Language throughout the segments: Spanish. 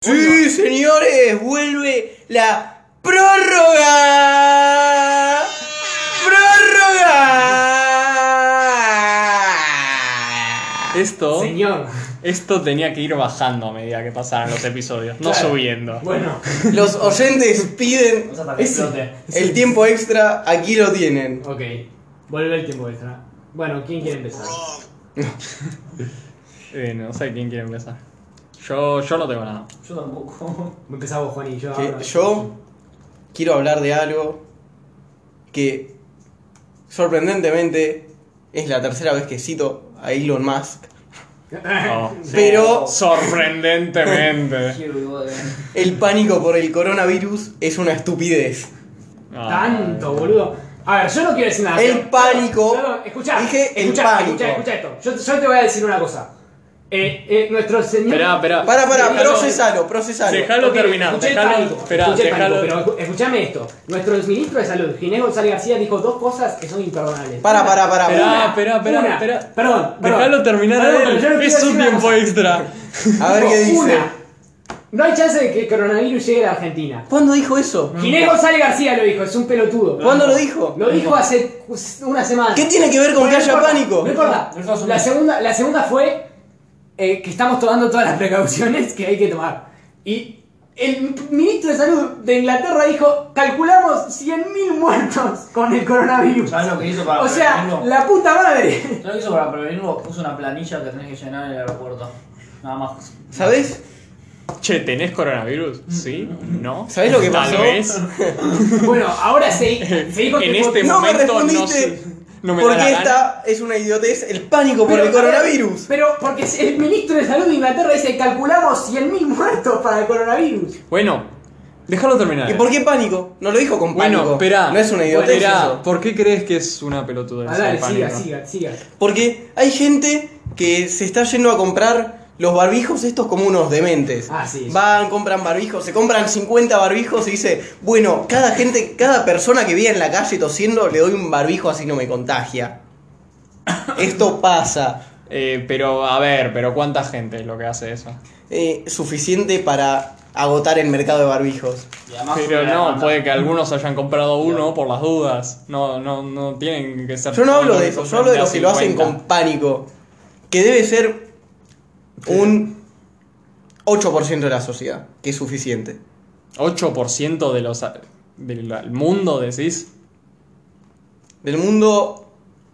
Sí, señores, vuelve la prórroga. Esto tenía que ir bajando a medida que pasaran los episodios, no Claro. subiendo. Bueno, Los oyentes piden Hasta que explote. el tiempo extra, aquí lo tienen. ok. Vuelve el tiempo extra. Bueno, ¿quién quiere empezar? No sé quién quiere empezar. Yo no tengo nada. Yo tampoco. Empezamos Juan y yo. Que ahora. yo quiero hablar de algo que sorprendentemente es la tercera vez que cito a Elon Musk. Oh, Pero sorprendentemente. Here we go again. el pánico por el coronavirus es una estupidez. Tanto, boludo. A ver, yo no quiero decir nada. El pánico. Perdón, escuchá. Dije el Escuchá pánico. esto. Yo te voy a decir una cosa. Nuestro señor. Esperá. Para, Dejalo- procesalo. Dejalo terminar. Escuché el Dejalo. pánico, Esperá, escuché el dejalo. pánico, pero escuchame esto. Nuestro ministro de Salud, Ginés González García, dijo dos cosas que son imperdonables. Para. Espera. Perdón. Dejalo terminar a Perdón, él. pero yo no Es quiero un decir una tiempo cosa. extra. A ver qué dice. Una. No hay chance de que el coronavirus llegue a la Argentina. ¿Cuándo dijo eso? Ginés González García lo dijo, es un pelotudo. ¿Cuándo lo dijo? Lo dijo hace una semana. ¿Qué tiene que ver con que haya pánico? No importa. La segunda fue que estamos tomando todas las precauciones que hay que tomar. Y el ministro de Salud de Inglaterra dijo, calculamos 100.000 muertos con el coronavirus. ¿Sabes lo que hizo para O sea, prevenirlo? la puta madre. ¿Sabes lo que hizo para prevenirlo? Puso una planilla que tenés que llenar en el aeropuerto. Nada más. ¿Sabes? Che, ¿tenés coronavirus? ¿Sí? ¿No? ¿Sabés lo que Tal pasó? vez. Bueno, ahora se dijo que En este No me momento respondiste. no me da la Porque gana. esta es una idiotez, el pánico por el coronavirus. Pero porque el ministro de Salud de Inglaterra dice, calculamos 100.000 muertos para el coronavirus. Bueno, déjalo terminar. ¿Y por qué pánico? No lo dijo con pánico. Bueno, espera. No es una idiotez eso. ¿Por qué crees que es una pelotudez? A ver, el pánico? siga. Porque hay gente que se está yendo a comprar los barbijos estos como unos dementes. Ah, sí. Van, compran barbijos, se compran 50 barbijos y dice, bueno, cada persona que vive en la calle tosiendo le doy un barbijo así no me contagia. Esto pasa. Pero, a ver, ¿cuánta gente es lo que hace eso? Suficiente para agotar el mercado de barbijos. Y además Pero fue la no, demanda. puede que algunos hayan comprado uno por las dudas. No tienen que ser. Yo no hablo de eso, yo hablo de los que lo hacen 50. con pánico. Que debe ser un 8% de la sociedad, que es suficiente. 8% de los del mundo, decís. Del mundo...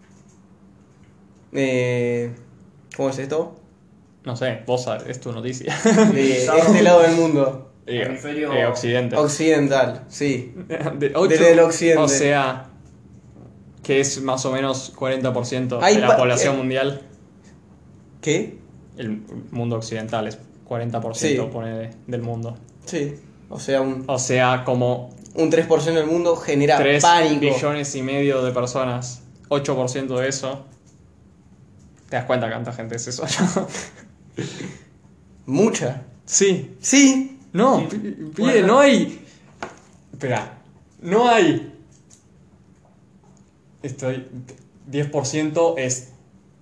¿Cómo es esto? No sé, vos sabés, es tu noticia. De este lado del mundo. Hemisferio Occidente. Occidental, sí. De 8, Del occidente. O sea, que es más o menos 40% Hay de la pa- población mundial. ¿Qué? El mundo occidental es 40% Sí. pone del mundo. Sí. O sea, un O sea, como 3% del mundo genera 3 pánico. billones y medio de personas. 8% de eso. ¿Te das cuenta cuánta gente es eso? Mucha. Sí. Sí. No, Sí. pibe, Bueno. no hay. Espera, no hay. 10% es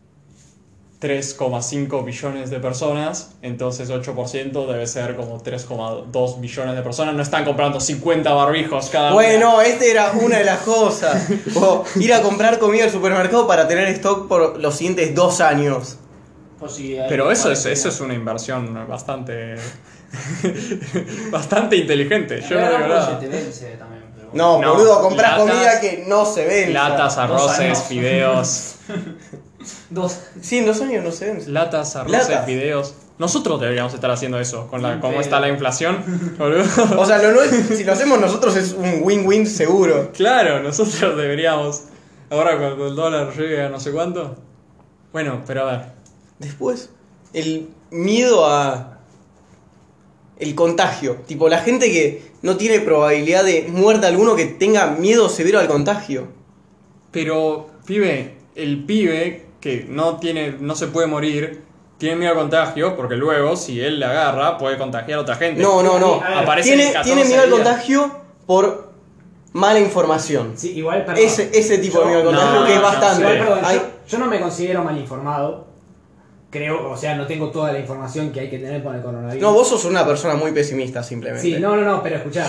3,5 billones de personas, entonces 8% debe ser como 3,2 billones de personas. No están comprando 50 barbijos cada Bueno, este era una de las cosas. O ir a comprar comida al supermercado para tener stock por los siguientes 2 años. Pues sí, hay Pero eso es cuarentena. una inversión bastante bastante inteligente. Yo no Pero digo pues, nada. se te vence también, pero No, No, boludo, compras latas- comida que no se vende. Latas, 2 arroces, años. fideos. 2. Sí, en 2 años no se vende. Latas, arroces, Latas. fideos. Nosotros deberíamos estar haciendo eso con Bien cómo pedo. está la inflación, boludo. O sea, si lo hacemos nosotros es un win-win seguro. Claro, nosotros deberíamos. Ahora cuando el dólar llegue a no sé cuánto. Bueno, pero a ver. Después, el miedo a... el contagio. Tipo, la gente que no tiene probabilidad de muerte alguno que tenga miedo severo al contagio. Pero, el pibe que no se puede morir, tiene miedo al contagio, porque luego, si él le agarra, puede contagiar a otra gente. No. A ver, Aparece en Tiene 14 miedo al días. contagio por mala información. Sí, igual, perdón. Ese tipo de miedo al contagio No, que es no, bastante. Igual, perdón, Hay- yo no me considero mal informado. creo, o sea, no tengo toda la información que hay que tener con el coronavirus. No, vos sos una persona muy pesimista simplemente. Sí, no, pero escuchá.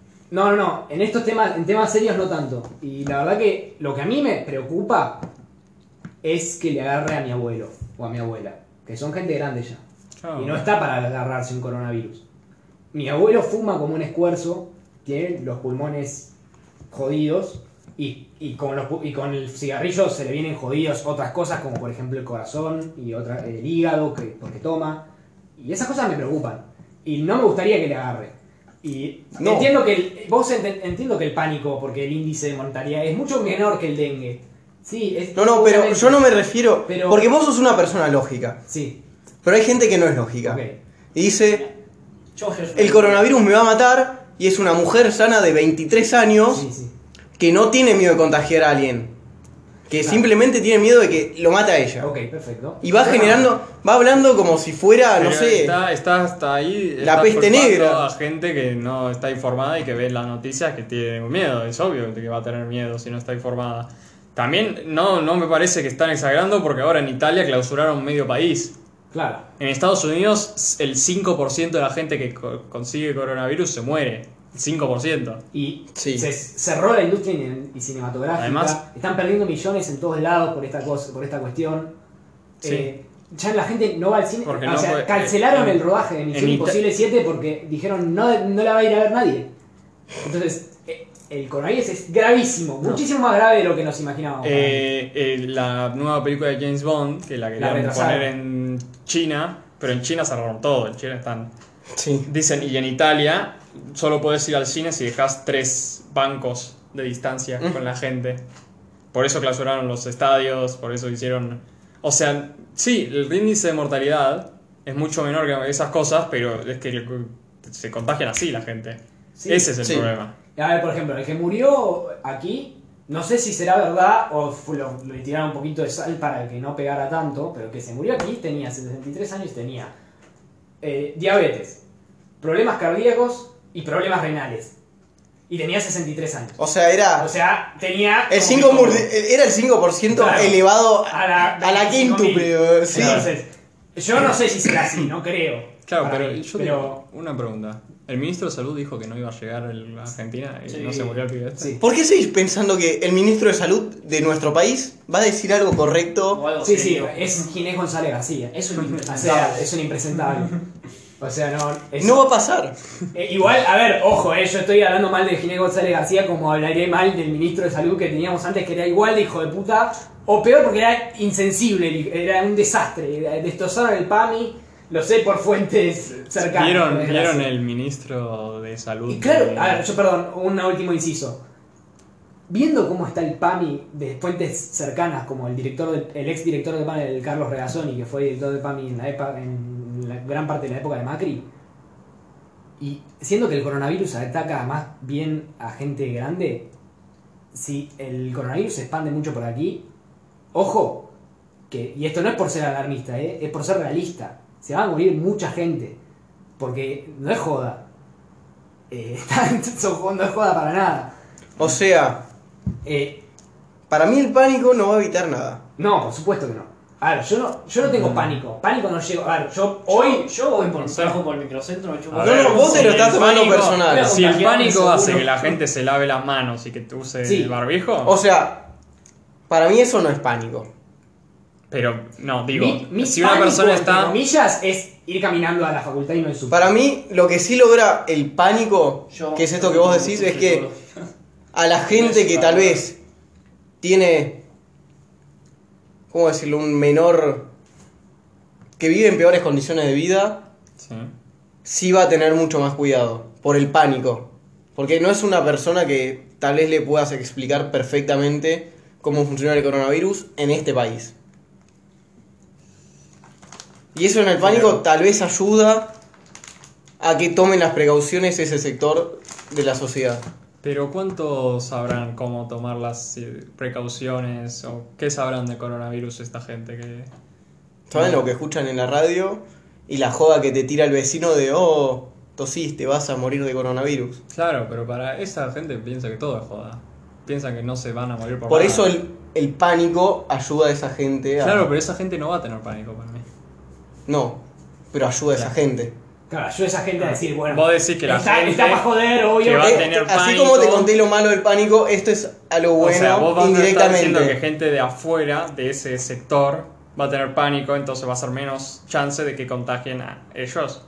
No, en estos temas, en temas serios no tanto. Y la verdad que lo que a mí me preocupa es que le agarre a mi abuelo o a mi abuela, que son gente grande ya. Claro. Y no está para agarrarse un coronavirus. Mi abuelo fuma como un escuerzo, tiene los pulmones jodidos y con el cigarrillo se le vienen jodidos otras cosas como por ejemplo el corazón y el hígado porque toma. Y esas cosas me preocupan. Y no me gustaría que le agarre. Y No. entiendo que entiendo que el pánico, porque el índice de mortalidad es mucho menor que el dengue. Sí, No, pero obviamente. yo no me refiero... Pero- Porque vos sos una persona lógica. Sí, Pero hay gente que no es lógica. ok. Y dice, Yo soy el coronavirus me va a matar y es una mujer sana de 23 años Sí. que no tiene miedo de contagiar a alguien. Que Claro. simplemente tiene miedo de que lo mate a ella. Ok, perfecto. Y va generando, va hablando como si fuera, no Pero sé... Está hasta ahí. La está peste culpando negra. A gente que no está informada y que ve las noticias que tiene miedo. Es obvio que va a tener miedo si no está informada. También no me parece que están exagerando porque ahora en Italia clausuraron medio país. Claro. En Estados Unidos el 5% de la gente que consigue coronavirus se muere. El 5%. Y Sí. se cerró la industria y cinematográfica. Además- están perdiendo millones en todos lados por esta cuestión. Sí. Ya la gente no va al cine. Porque o no sea, puede- cancelaron en- el rodaje de Misión en Imposible 7 porque dijeron no la va a ir a ver nadie. Entonces, el coronavirus es gravísimo, muchísimo más grave de lo que nos imaginábamos. La nueva película de James Bond, que la querían retrasaron. poner en China, pero en China cerraron todo. En China están. Sí. Dicen, y en Italia solo puedes ir al cine si dejas 3 bancos de distancia con la gente. Por eso clausuraron los estadios, por eso hicieron... O sea, sí, el índice de mortalidad es mucho menor que esas cosas, pero es que se contagian así la gente. Sí. Ese es el Sí. problema. A ver, por ejemplo, el que murió aquí, no sé si será verdad o le tiraron un poquito de sal para que no pegara tanto, pero el que se murió aquí tenía 63 años y tenía diabetes, problemas cardíacos y problemas renales. Y tenía 63 años. O sea, era... O sea, tenía... El como 5%, era el 5% Claro. elevado a la, a la 25.000. quíntuple. Sí. Entonces, yo no sé si será así, no creo. Claro, Para pero mí, yo pero- digo, una pregunta. El ministro de Salud dijo que no iba a llegar a Argentina y Sí. no se murió el pibe este. Sí. ¿Por qué seguís pensando que el ministro de Salud de nuestro país va a decir algo correcto? O algo Sí, serio. es Ginés González García. Es un O impresentable. sea, es un impresentable. O sea, no... es- No va a pasar. Igual, a ver, ojo, yo estoy hablando mal de Ginés González García como hablaré mal del ministro de Salud que teníamos antes, que era igual de hijo de puta, o peor porque era insensible, era un desastre, destrozaron el PAMI, lo sé por fuentes cercanas. por ¿Vieron desgracia. el ministro de Salud? Y claro, de- a ver, perdón, un último inciso. Viendo cómo está el PAMI de fuentes cercanas, como el ex director de PAMI, el Carlos Regazzoni, que fue director de PAMI en la gran parte de la época de Macri, y siendo que el coronavirus ataca más bien a gente grande, si el coronavirus se expande mucho por aquí, ojo, y esto no es por ser alarmista, es por ser realista, se va a morir mucha gente, porque no es joda. No es joda para nada. O sea, Eh, para mí el pánico no va a evitar nada. no, por supuesto que no. A ver, yo no tengo pánico. Pánico no llego. A ver, yo hoy. Yo voy por trabajo por el microcentro, me chupo. A No, ver, no, vos te si lo estás el tomando pánico- personal. Si el Contagiarme pánico hace seguro. que la gente se lave las manos y que te use Sí. el barbijo, O sea, para mí eso no es pánico. pero no, digo, mi si una pánico, persona entre está... comillas, es ir caminando a la facultad y no en su. Para mí, lo que sí logra el pánico, Yo- que es esto que vos decís, es que a la gente que tal vez tiene, ¿cómo decirlo?, un menor, que vive en peores condiciones de vida, Sí. sí va a tener mucho más cuidado por el pánico. Porque no es una persona que tal vez le puedas explicar perfectamente cómo funciona el coronavirus en este país. Y eso en el pánico tal vez ayuda a que tomen las precauciones ese sector de la sociedad. Pero ¿cuántos sabrán cómo tomar las precauciones o qué sabrán de coronavirus esta gente que... ¿Saben lo que escuchan en la radio? Y la joda que te tira el vecino de, oh, tosiste, vas a morir de coronavirus. Claro, pero para esa gente piensa que todo es joda. Piensan que no se van a morir por Por nada. eso el pánico ayuda a esa gente a... Claro, pero esa gente no va a tener pánico para mí. No, pero ayuda a esa gente. Claro, ayuda a esa gente a decir, bueno, Vos decís que la gente está para joder, obvio. que va a Eh, tener así pánico. como te conté lo malo del pánico, esto es a lo bueno O sea, vos vas a estar indirectamente. diciendo que gente de afuera, de ese sector, va a tener pánico, entonces va a ser menos chance de que contagien a ellos.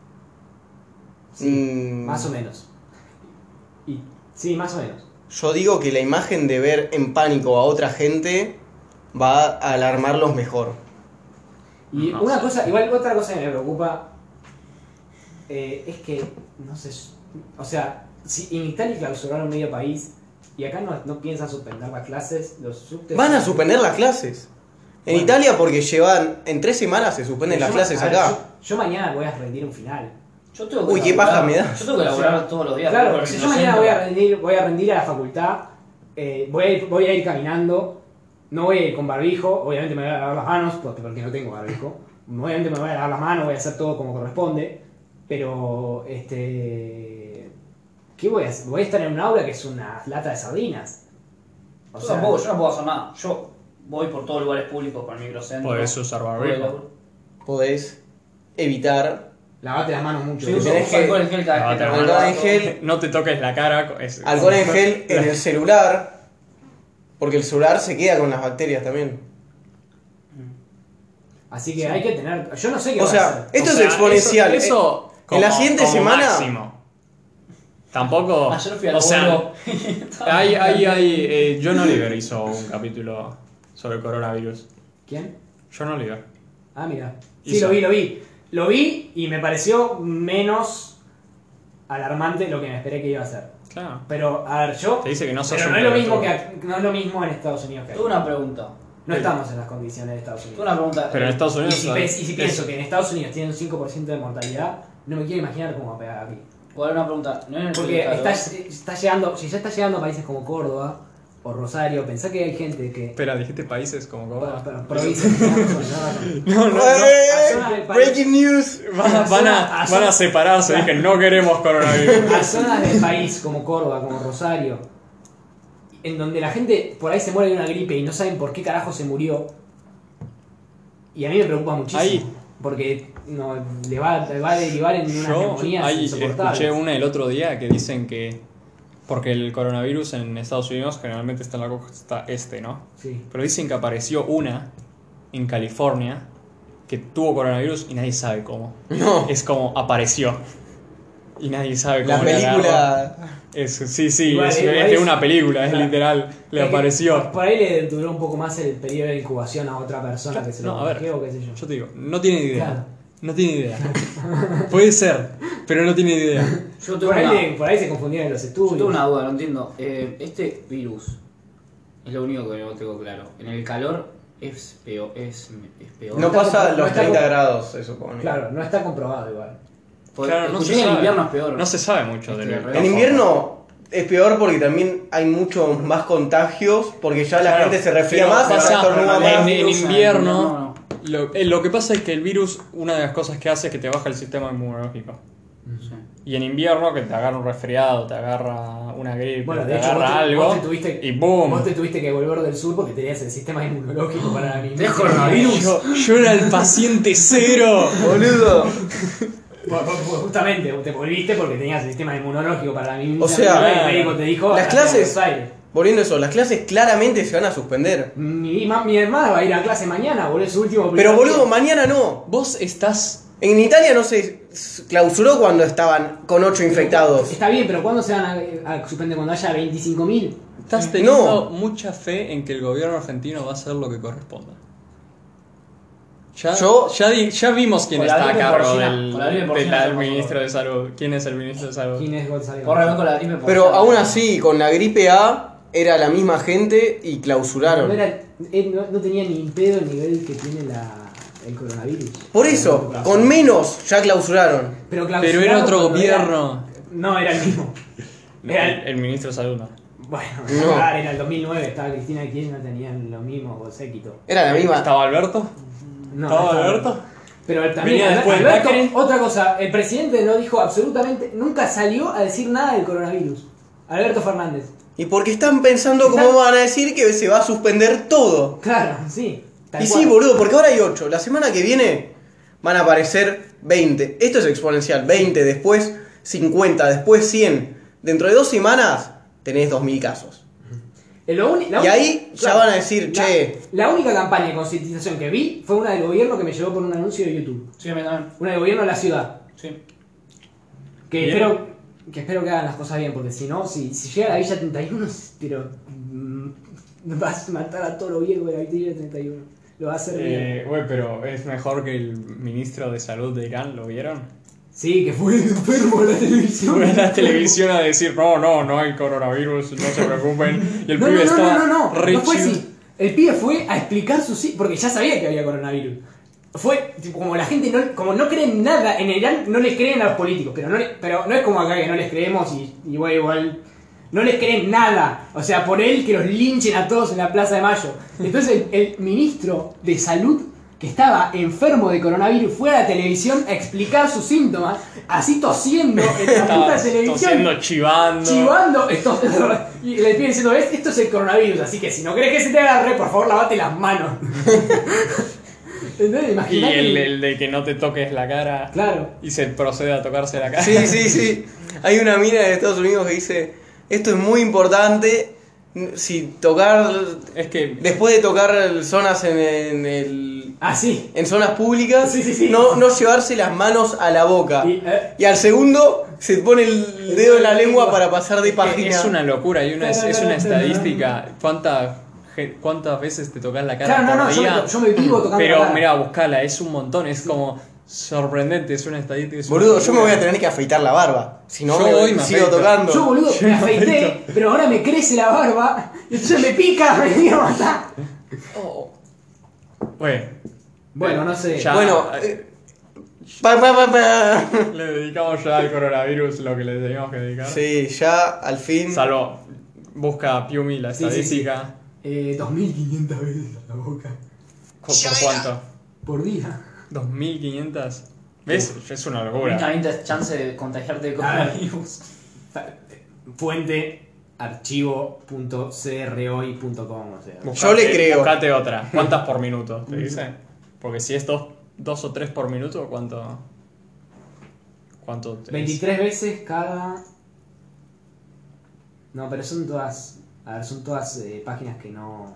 Más o menos. Sí, más o menos. Yo digo que la imagen de ver en pánico a otra gente va a alarmarlos mejor. Y No una sé. cosa, igual otra cosa que me preocupa es que, no sé, o sea, si en Italia clausuraron medio país y acá no piensan suspender las clases, los subtes... Van a suspender las clases. En Bueno. Italia porque llevan, en 3 semanas se suspenden las clases a ver, acá. Yo mañana voy a rendir un final. Yo tengo que Uy, qué laburar- paja me da. Yo tengo que laburar todos los días. Claro, porque si no yo mañana siento- voy a rendir a la facultad, voy a ir caminando, no voy a ir con barbijo, obviamente me voy a lavar las manos porque no tengo barbijo. Obviamente me voy a lavar las manos, voy a hacer todo como corresponde, pero ¿qué voy a hacer? Voy a estar en un aula que es una lata de sardinas. O Yo sea, tampoco, yo no puedo hacer nada. Yo voy por todos lugares públicos con el microcentro. Podés usar barbijo. Podés evitar lavate las manos mucho. Yo uso tenés que- alcohol en gel cada vez que Lavate me las alcohol levanto. en gel, No te toques la cara. alcohol en gel en el celular, porque el celular se queda con las bacterias también. Así que hay que tener... Yo no sé qué O voy a sea, hacer. esto es exponencial. Eso En la siguiente como semana- máximo. Tampoco. Ayer fui al o sea, bolo. John Oliver hizo un capítulo sobre el coronavirus. ¿Quién? John Oliver. Ah, mira. Sí, Hizo. lo vi. Lo vi y me pareció menos alarmante lo que me esperé que iba a ser. Claro. Pero, a ver, yo... Te dice que no sos Pero un no es lo mismo pelotudo. no es lo mismo en Estados Unidos que aquí. Tuve una pregunta. No estamos en las condiciones de Estados Tuve Unidos. una pregunta. Pero en Estados Y Unidos. si pienso que en Estados Unidos tienen un 5% de mortalidad, no me quiero imaginar cómo va a pegar aquí. ¿Cuál es una pregunta? No en el Porque calor. está llegando, si ya está llegando a países como Córdoba o Rosario, pensá que hay gente que... Espera, dijiste países como Córdoba. Provincias, tenés razón. No, no, ¡Eh! zona del país. Breaking news. Van a separarse. Dije, no queremos coronavirus. A zonas del país como Córdoba, como Rosario, en donde la gente por ahí se muere de una gripe y no saben por qué carajo se murió. Y a mí me preocupa muchísimo. Ahí. Porque no, le va a derivar en unas Yo neumonías ahí insoportables. escuché una el otro día que dicen que. Porque el coronavirus en Estados Unidos generalmente está en la costa este, ¿no? Sí. Pero dicen que apareció una en California que tuvo coronavirus y nadie sabe cómo. No. Es como apareció. Y nadie sabe cómo La le agarró. película. Sí, Igual, es igual de es- una película, es claro. literal. Le Es que apareció. Por ahí le duró un poco más el periodo de incubación a otra persona que se lo No, a ver, contagió o qué sé yo. yo te digo, no tiene idea. Claro. No tiene idea. Puede ser, pero no tiene idea. Yo tengo Por ahí se confundieron los yo estudios. tengo una duda, no entiendo. Este virus es lo único que no tengo claro. En el calor es peor. Es peor. No pasa no los está 30 como- grados, se supone. Claro, no está comprobado igual. Porque Claro, no escuché se que en sabe. invierno es peor. No se sabe mucho Este, del re- En invierno es peor porque también hay muchos más contagios, porque ya la Claro, gente se resfría pero más y pasa- estornuda más. en virus, invierno- no. Lo que pasa es que el virus, una de las cosas que hace es que te baja el sistema inmunológico. Sí. Y en invierno, que te agarra un resfriado, te agarra una gripe, Bueno, te de hecho, agarra algo, vos te tuviste, y boom. vos te tuviste que volver del sur porque tenías el sistema inmunológico para la misma. ¿Tenés coronavirus? Yo era el paciente cero. Boludo. Justamente, te volviste porque tenías el sistema inmunológico para la misma. O sea, el médico te dijo. las "Andate a clases- Buenos Aires". Volviendo a eso, las clases claramente se van a suspender. Mi hermana va a ir a clase mañana, boludo, es su último Pero primer boludo, día. mañana no. Vos estás... En Italia no se clausuró cuando estaban con 8 infectados. Está bien, pero ¿cuándo se van a suspender? Cuando haya 25.000. Estás teniendo No. mucha fe en que el gobierno argentino va a hacer lo que corresponda. Ya vimos quién Con la está a gripe cargo porcina, del, con la gripe porcina del se pasó. ministro de salud. ¿Quién es el ministro de salud? ¿Quién es Gonzalo? Corre con la gripe. Pero porcina. aún así, con la gripe A era la misma gente y clausuraron. No tenía ni en pedo el nivel que tiene el coronavirus. Por eso, con menos ya clausuraron. Pero era otro cuando gobierno. No, era el mismo. Era El ministro de salud no. Bueno, No. era el 2009, estaba Cristina Kirchner, tenían lo mismo, o séquito. Era la misma. ¿Estaba Alberto? No, ¿Estaba estaba- Alberto? Pero también Venía después Alberto, Macri. otra cosa, el presidente no dijo absolutamente, nunca salió a decir nada del coronavirus. Alberto Fernández. Y porque están pensando cómo van a decir que se va a suspender todo. Claro, sí. tal Y cual. sí, boludo, porque ahora hay 8. La semana que viene van a aparecer 20. Esto es exponencial. 20, después 50, después 100. Dentro de 2 semanas tenés 2000 casos. Y ahí ya van a decir, che. La única campaña de concientización que vi fue una del gobierno que me llegó por un anuncio de YouTube. Sí, a mí también. Una del gobierno de la ciudad. Sí. Que espero que hagan las cosas bien, porque si no, si llega a la Villa 31, pero vas a matar a todos los viejos de la Villa 31. Lo va a hacer bien. Güey, pero es mejor que el ministro de salud de Irán, ¿lo vieron? Sí, que fue enfermo en la televisión. Fue a la televisión a decir, no hay coronavirus, no se preocupen. Y el pibe estaba re no fue chido. así. El pibe fue a explicar porque ya sabía que había coronavirus. Fue, tipo, como la gente como no cree en nada, en Irán no les creen a los políticos, pero no es como acá que no les creemos y bueno, igual no les creen nada. O sea, por él que los linchen a todos en la Plaza de Mayo. Entonces el ministro de salud, que estaba enfermo de coronavirus, fue a la televisión a explicar sus síntomas, así tosiendo en la puta televisión. Tosiendo, chivando. Y le piden diciendo, esto es el coronavirus, así que si no crees que se te agarre, por favor lavate las manos. Entonces, Y imagínate. el de que no te toques la cara. Claro. Y se procede a tocarse la cara. Sí. Hay una mina de Estados Unidos que dice, esto es muy importante. Si tocar, Es que después de tocar zonas en Así. en zonas públicas, Sí. no llevarse las manos a la boca. Y al segundo se pone el dedo en la lengua para pasar de página. es una locura y es una estadística. ¿Cuántas veces te tocas la cara Claro, por día? yo me vivo tocando la Pero cara. mirá, buscala, es un montón, es como sorprendente, es una estadística. es una Boludo, yo me voy a locura. tener que afeitar la barba. Si no, Yo hoy me sigo afeito. tocando. Yo, boludo, me afeité, pero ahora me crece la barba, y entonces me pica, me quiero matar. Bueno, no sé. Ya. Bueno, Le dedicamos ya al coronavirus lo que le teníamos que dedicar. Sí, ya al fin. Salvo, busca Piumi la Sí. estadística. 2500 veces a la boca. ¿Por cuánto? Por día. 2500. ¿Ves? Es una locura. Únicamente chance de contagiarte de coronavirus. Fuente archivo.crhoy.com, o sea. Yo le creo. Buscate otra. ¿Cuántas por minuto? ¿Te dice? Porque si es 2 o 3 por minuto, ¿cuánto es? 23 veces cada. No, pero son todas. A ver, son todas páginas que no.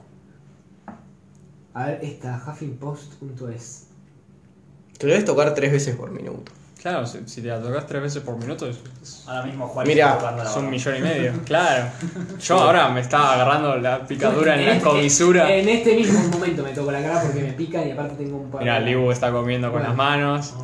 A ver, esta, huffingpost.es. Te lo debes tocar 3 veces por minuto. Claro, si te la tocas 3 veces por minuto es Ahora mismo Juan Mirá, está tocando la un barba. 1,5 millones. Claro. Yo ahora me estaba agarrando la picadura en la comisura. En este mismo momento me toco la cara porque me pican y aparte tengo un par Mira, de. Libu está comiendo con las manos.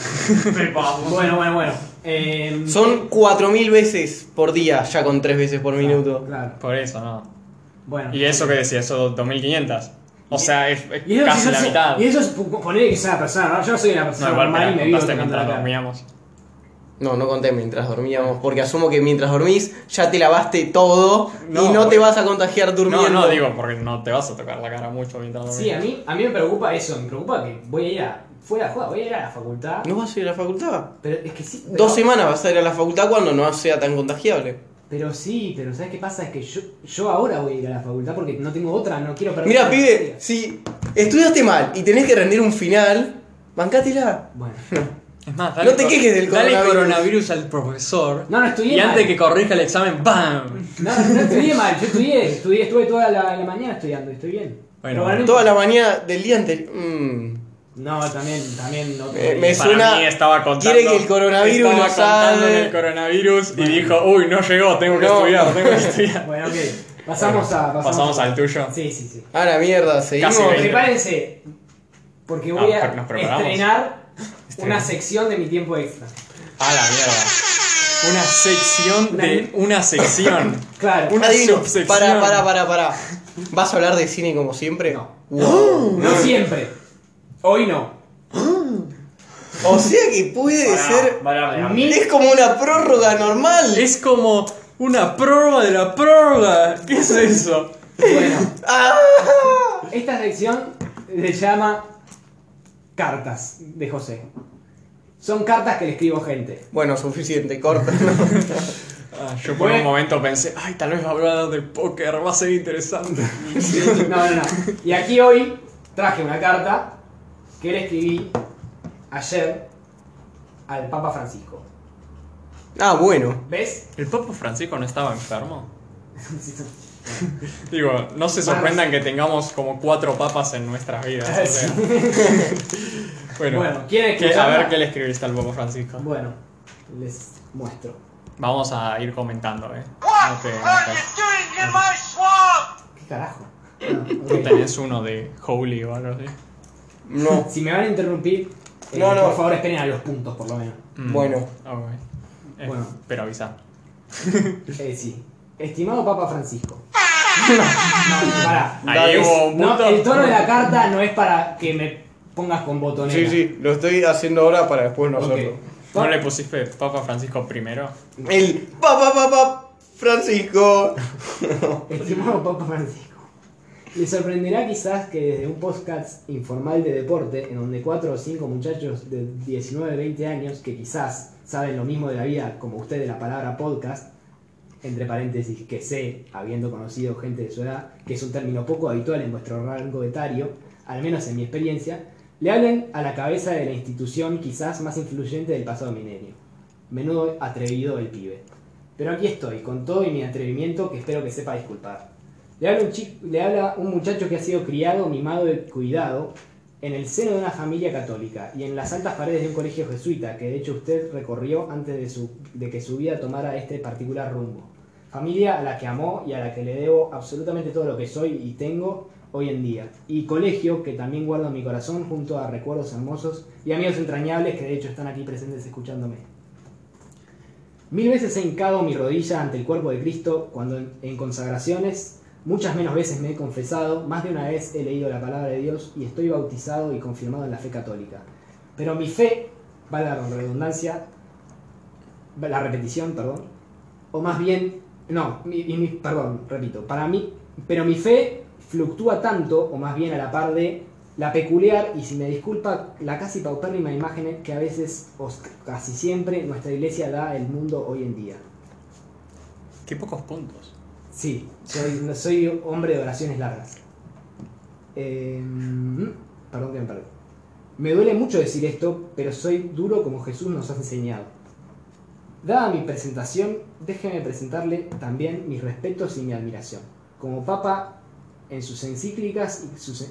Bueno. Son 4000 veces por día, ya con 3 veces por minuto. Claro. Por eso, ¿no? Bueno. ¿Y eso qué decía? Eso 2500. O sea, es Y eso, casi la mitad. Y eso es poner que sea una persona, ¿no? Yo no soy una persona No, igual me normal y la me vivo contaste tocando la mientras cara. dormíamos. No conté mientras dormíamos, porque asumo que mientras dormís ya te lavaste todo y No, no te porque- vas a contagiar durmiendo. No, digo, porque no te vas a tocar la cara mucho mientras dormís. Sí, a mí me preocupa eso, me preocupa que voy a ir fuera de juego, voy a ir a la facultad. ¿No vas a ir a la facultad? Pero es que sí. 2 semanas vas a ir a la facultad cuando no sea tan contagiable. Pero sí, pero ¿sabes qué pasa? Es que yo ahora voy a ir a la facultad porque no tengo otra, no quiero perder. Mira, la pibe, materia. si estudiaste mal y tenés que rendir un final, bancátela. Bueno. Es más, No te quejes del Dale coronavirus. coronavirus al profesor. No estudié Y mal. antes que corrija el examen, ¡bam! No estudié mal, yo estuve toda la mañana estudiando, estoy bien. Bueno, Pero no Toda la mañana del día anterior. No, también no. Me Para suena- mí estaba contando. quiere que el coronavirus estaba lo contando salve. en el coronavirus y dijo, uy, no llegó, tengo que No. estudiar. Bueno, ok. Pasamos al tuyo. Sí. A la mierda, seguimos. Casi 20. Prepárense, porque voy a Nos preparamos. estrenar una sección de mi tiempo extra. A la mierda. Una sección de una sección. Claro. Una Adivino, subsección. para. ¿Vas a hablar de cine como siempre? No. Wow. No siempre. Hoy no. O sea que puede ser. Es como una prórroga normal. Es como una prórroga de la prórroga. ¿Qué es eso? Bueno, Ah. esta sección se llama Cartas de José. Son cartas que le escribo a gente. Bueno, suficiente, corta. Yo por un momento pensé, ay, tal vez va a hablar de póker, va a ser interesante. No. Y aquí hoy traje una carta que le escribí ayer al Papa Francisco. Ah, bueno. ¿Ves? ¿El Papa Francisco no estaba enfermo? Digo, no se sorprendan que tengamos como 4 papas en nuestras vidas. O sea. Bueno, ¿quieren a escucharla? ver qué le escribiste al Papa Francisco. Bueno, les muestro. Vamos a ir comentando, No te ¿Qué carajo? ¿Tú tenés uno de Holy o algo así? No. Si me van a interrumpir, No, no. por favor esperen a los puntos por lo menos. Bueno. Ok. Bueno. Pero avisa. Sí. Estimado Papa Francisco. No, pará. Ahí hubo un No, punto. el tono de la carta no es para que me pongas con botonera. Sí, sí, lo estoy haciendo ahora para después nosotros. Ok. ¿No le pusiste Papa Francisco primero? El Papa Francisco. Estimado Papa Francisco, les sorprenderá quizás que desde un podcast informal de deporte, en donde 4 o 5 muchachos de 19, 20 años, que quizás saben lo mismo de la vida como usted de la palabra podcast, entre paréntesis, que sé, habiendo conocido gente de su edad, que es un término poco habitual en vuestro rango etario, al menos en mi experiencia, le hablen a la cabeza de la institución quizás más influyente del pasado milenio. Menudo atrevido el pibe. Pero aquí estoy, con todo y mi atrevimiento que espero que sepa disculpar. Le habla un muchacho que ha sido criado, mimado y cuidado en el seno de una familia católica y en las altas paredes de un colegio jesuita que de hecho usted recorrió antes de que su vida tomara este particular rumbo. Familia a la que amó y a la que le debo absolutamente todo lo que soy y tengo hoy en día. Y colegio que también guardo en mi corazón junto a recuerdos hermosos y amigos entrañables que de hecho están aquí presentes escuchándome. 1000 veces he hincado mi rodilla ante el cuerpo de Cristo cuando en consagraciones, muchas menos veces me he confesado, más de una vez he leído la palabra de Dios y estoy bautizado y confirmado en la fe católica. Pero mi fe, valga la redundancia, la repetición, perdón, o más bien, repito, para mí, pero mi fe fluctúa tanto, o más bien a la par de la peculiar, y si me disculpa, la casi paupérrima imagen que a veces, o casi siempre, nuestra iglesia da al mundo hoy en día. Qué pocos puntos. Sí, soy hombre de oraciones largas. Perdón que me perdí. Me duele mucho decir esto, pero soy duro como Jesús nos ha enseñado. Dada mi presentación, déjeme presentarle también mis respetos y mi admiración. Como Papa en sus encíclicas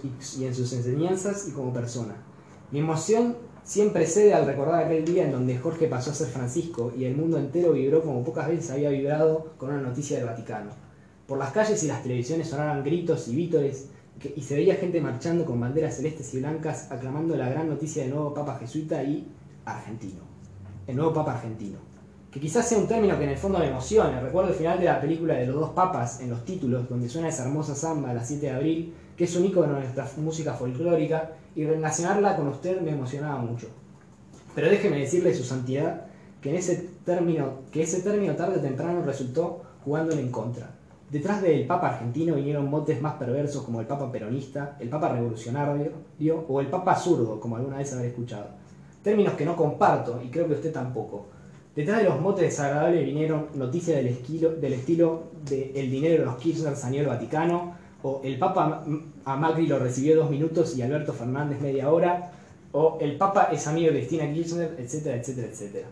y en sus enseñanzas y como persona. Mi emoción siempre cede al recordar aquel día en donde Jorge pasó a ser Francisco y el mundo entero vibró como pocas veces había vibrado con una noticia del Vaticano. Por las calles y las televisiones sonaban gritos y vítores y se veía gente marchando con banderas celestes y blancas aclamando la gran noticia del nuevo Papa jesuita y argentino. El nuevo Papa argentino. Que quizás sea un término que en el fondo me emocione. Recuerdo el final de la película de los 2 papas en los títulos, donde suena esa hermosa samba a las 7 de abril, que es un icono de nuestra música folclórica, y relacionarla con usted me emocionaba mucho. Pero déjeme decirle, su santidad, que ese término tarde o temprano resultó jugándole en contra. Detrás del Papa argentino vinieron motes más perversos como el Papa peronista, el Papa revolucionario o el Papa zurdo, como alguna vez habré escuchado. Términos que no comparto y creo que usted tampoco. Detrás de los motes desagradables vinieron noticias del estilo de el dinero de los Kirchner saneó el Vaticano, o el Papa a Macri lo recibió 2 minutos y Alberto Fernández media hora, o el Papa es amigo de Cristina Kirchner, etcétera, etcétera, etcétera.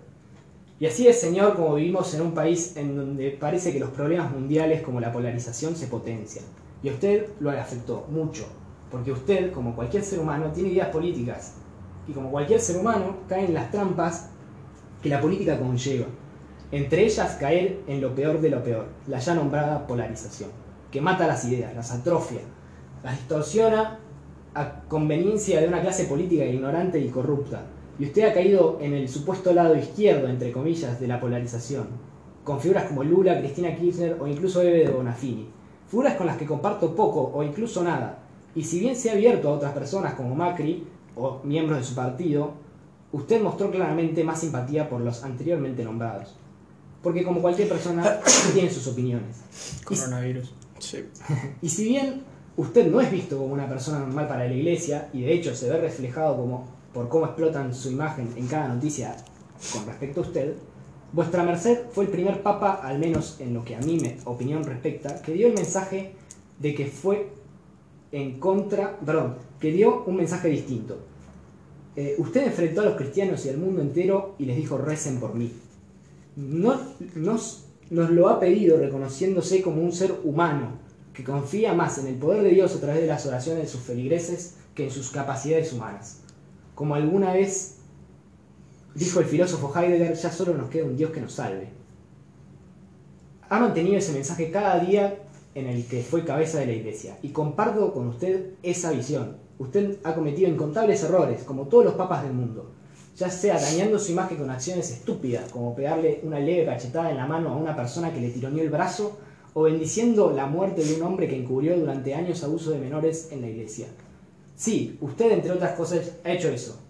Y así es, señor, como vivimos en un país en donde parece que los problemas mundiales como la polarización se potencian. Y a usted lo afectó mucho, porque usted, como cualquier ser humano, tiene ideas políticas. Y como cualquier ser humano, cae en las trampas que la política conlleva. Entre ellas, caer en lo peor de lo peor, la ya nombrada polarización, que mata las ideas, las atrofia, las distorsiona a conveniencia de una clase política ignorante y corrupta. Y usted ha caído en el supuesto lado izquierdo, entre comillas, de la polarización, con figuras como Lula, Cristina Kirchner o incluso Eve de Bonafini. Figuras con las que comparto poco o incluso nada. Y si bien se ha abierto a otras personas como Macri o miembros de su partido, usted mostró claramente más simpatía por los anteriormente nombrados. Porque como cualquier persona, tiene sus opiniones. Coronavirus. Sí. Y si bien usted no es visto como una persona normal para la iglesia, y de hecho se ve reflejado por cómo explotan su imagen en cada noticia con respecto a usted, vuestra merced fue el primer papa, al menos en lo que a mí opinión respecta, que dio el mensaje de que fue que dio un mensaje distinto. Usted enfrentó a los cristianos y al mundo entero y les dijo recen por mí. Nos lo ha pedido reconociéndose como un ser humano que confía más en el poder de Dios a través de las oraciones de sus feligreses que en sus capacidades humanas. Como alguna vez dijo el filósofo Heidegger, ya solo nos queda un Dios que nos salve. Ha mantenido ese mensaje cada día en el que fue cabeza de la iglesia y comparto con usted esa visión. Usted ha cometido incontables errores, como todos los papas del mundo, ya sea dañando su imagen con acciones estúpidas, como pegarle una leve cachetada en la mano a una persona que le tironeó el brazo, o bendiciendo la muerte de un hombre que encubrió durante años abuso de menores en la iglesia. Sí, usted, entre otras cosas, ha hecho eso.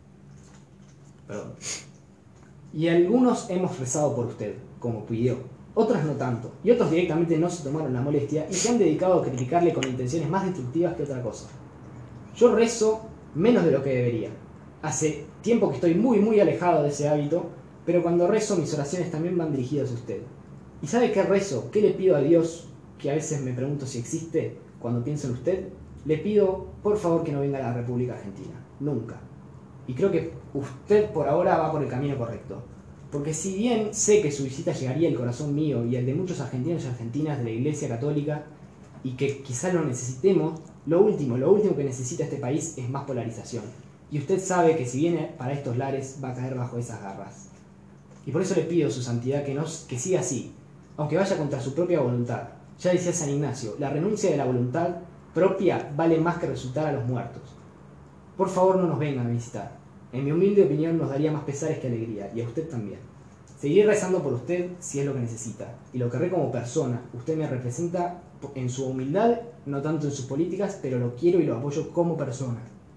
Perdón. Y algunos hemos rezado por usted, como pidió. Otros no tanto, y otros directamente no se tomaron la molestia y se han dedicado a criticarle con intenciones más destructivas que otra cosa. Yo rezo menos de lo que debería. Hace tiempo que estoy muy alejado de ese hábito, pero cuando rezo mis oraciones también van dirigidas a usted. ¿Y sabe qué rezo? ¿Qué le pido a Dios? Que a veces me pregunto si existe cuando pienso en usted. Le pido, por favor, que no venga a la República Argentina. Nunca. Y creo que usted por ahora va por el camino correcto. Porque si bien sé que su visita llegaría al corazón mío y al de muchos argentinos y argentinas de la Iglesia Católica, y que quizá lo necesitemos, lo último que necesita este país es más polarización. Y usted sabe que si viene para estos lares va a caer bajo esas garras. Y por eso le pido, su santidad, que siga así, aunque vaya contra su propia voluntad. Ya decía San Ignacio, la renuncia de la voluntad propia vale más que resultar a los muertos. Por favor, no nos vengan a visitar. En mi humilde opinión nos daría más pesares que alegría, y a usted también. Seguiré rezando por usted si es lo que necesita, y lo querré como persona. Usted me representa en su humildad, no tanto en sus políticas, pero lo quiero y lo apoyo como persona.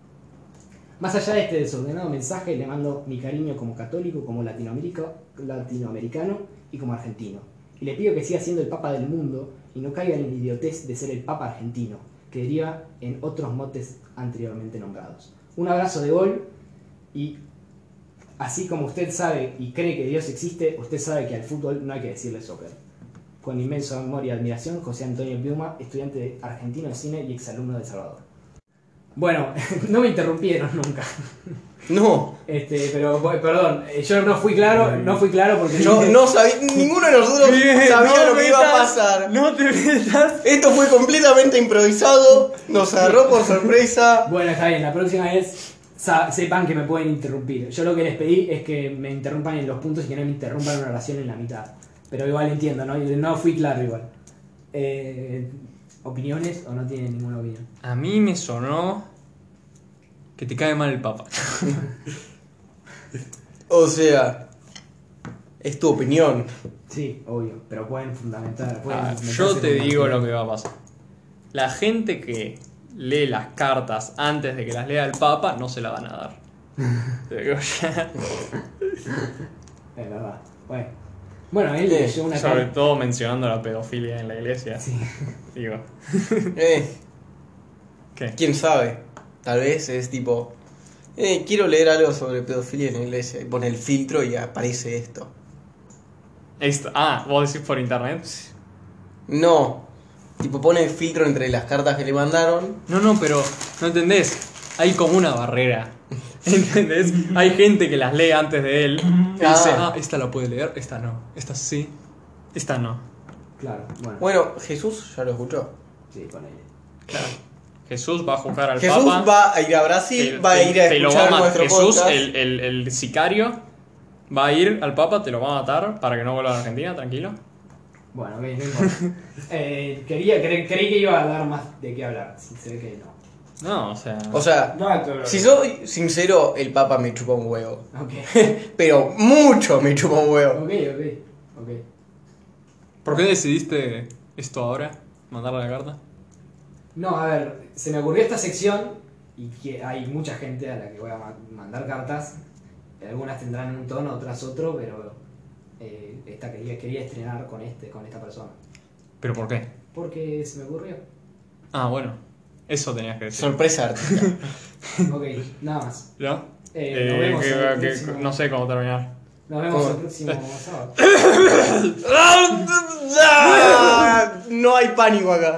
Más allá de este desordenado mensaje, le mando mi cariño como católico, como latinoamericano y como argentino. Y le pido que siga siendo el Papa del mundo y no caiga en la idiotez de ser el Papa argentino, que deriva en otros motes anteriormente nombrados. Un abrazo de gol, y así como usted sabe y cree que Dios existe, usted sabe que al fútbol no hay que decirle soccer. Con inmenso amor y admiración, José Antonio Piuma, estudiante argentino de cine y exalumno de El Salvador. Bueno, no me interrumpieron nunca. No. Pero perdón, yo no fui claro porque Yo no sabía, ninguno de nosotros sabía lo que iba a pasar. No te metas. Esto fue completamente improvisado, nos agarró por sorpresa. Bueno, está bien, la próxima vez sepan que me pueden interrumpir. Yo lo que les pedí es que me interrumpan en los puntos y que no me interrumpan una oración en la mitad. Pero igual entiendo, ¿no? No fui claro igual. ¿Opiniones o no tienen ninguna opinión? A mí me sonó que te cae mal el Papa. O sea, es tu opinión. Sí, obvio, pero pueden fundamentar. Yo te digo lo que va a pasar. La gente que lee las cartas antes de que las lea el Papa no se la van a dar. Te digo ya. Es verdad. Bueno, él leyó una Sobre carta. todo mencionando la pedofilia en la iglesia. Sí. Digo. ¿Qué? ¿Quién sabe? Tal vez es tipo, quiero leer algo sobre pedofilia en la iglesia, y pone el filtro y aparece esto. ¿Vos decís por internet? No, tipo pone el filtro entre las cartas que le mandaron. No, pero no entendés. Hay como una barrera. ¿Entendés? Hay gente que las lee antes de él y dice, esta la puede leer, esta no, esta sí, esta no. Claro, Bueno, Jesús ya lo escuchó. Sí, con él. Claro. Jesús va a juzgar al Jesús Papa. va a ir a Brasil, va a ir a escuchar nuestro Jesús, podcast. el sicario, va a ir al Papa, te lo va a matar para que no vuelva a la Argentina, tranquilo. Bueno, no importa. Creí que iba a dar más de qué hablar, si se ve que no. No, o sea... O sea, si soy sincero, el Papa me chupa un huevo. Ok. Pero mucho me chupa un huevo. Ok. ¿Por qué decidiste esto ahora? ¿Mandarle la carta? No, a ver, se me ocurrió esta sección y que hay mucha gente a la que voy a mandar cartas. Algunas tendrán un tono, otras otro, pero esta quería estrenar con esta persona. ¿Pero por qué? Porque se me ocurrió. Bueno. Eso tenías que decir. Sorpresa artística. Ok, nada más. ¿Ya? Nos vemos el próximo... No sé cómo terminar. Nos vemos el próximo sábado. No hay pánico acá.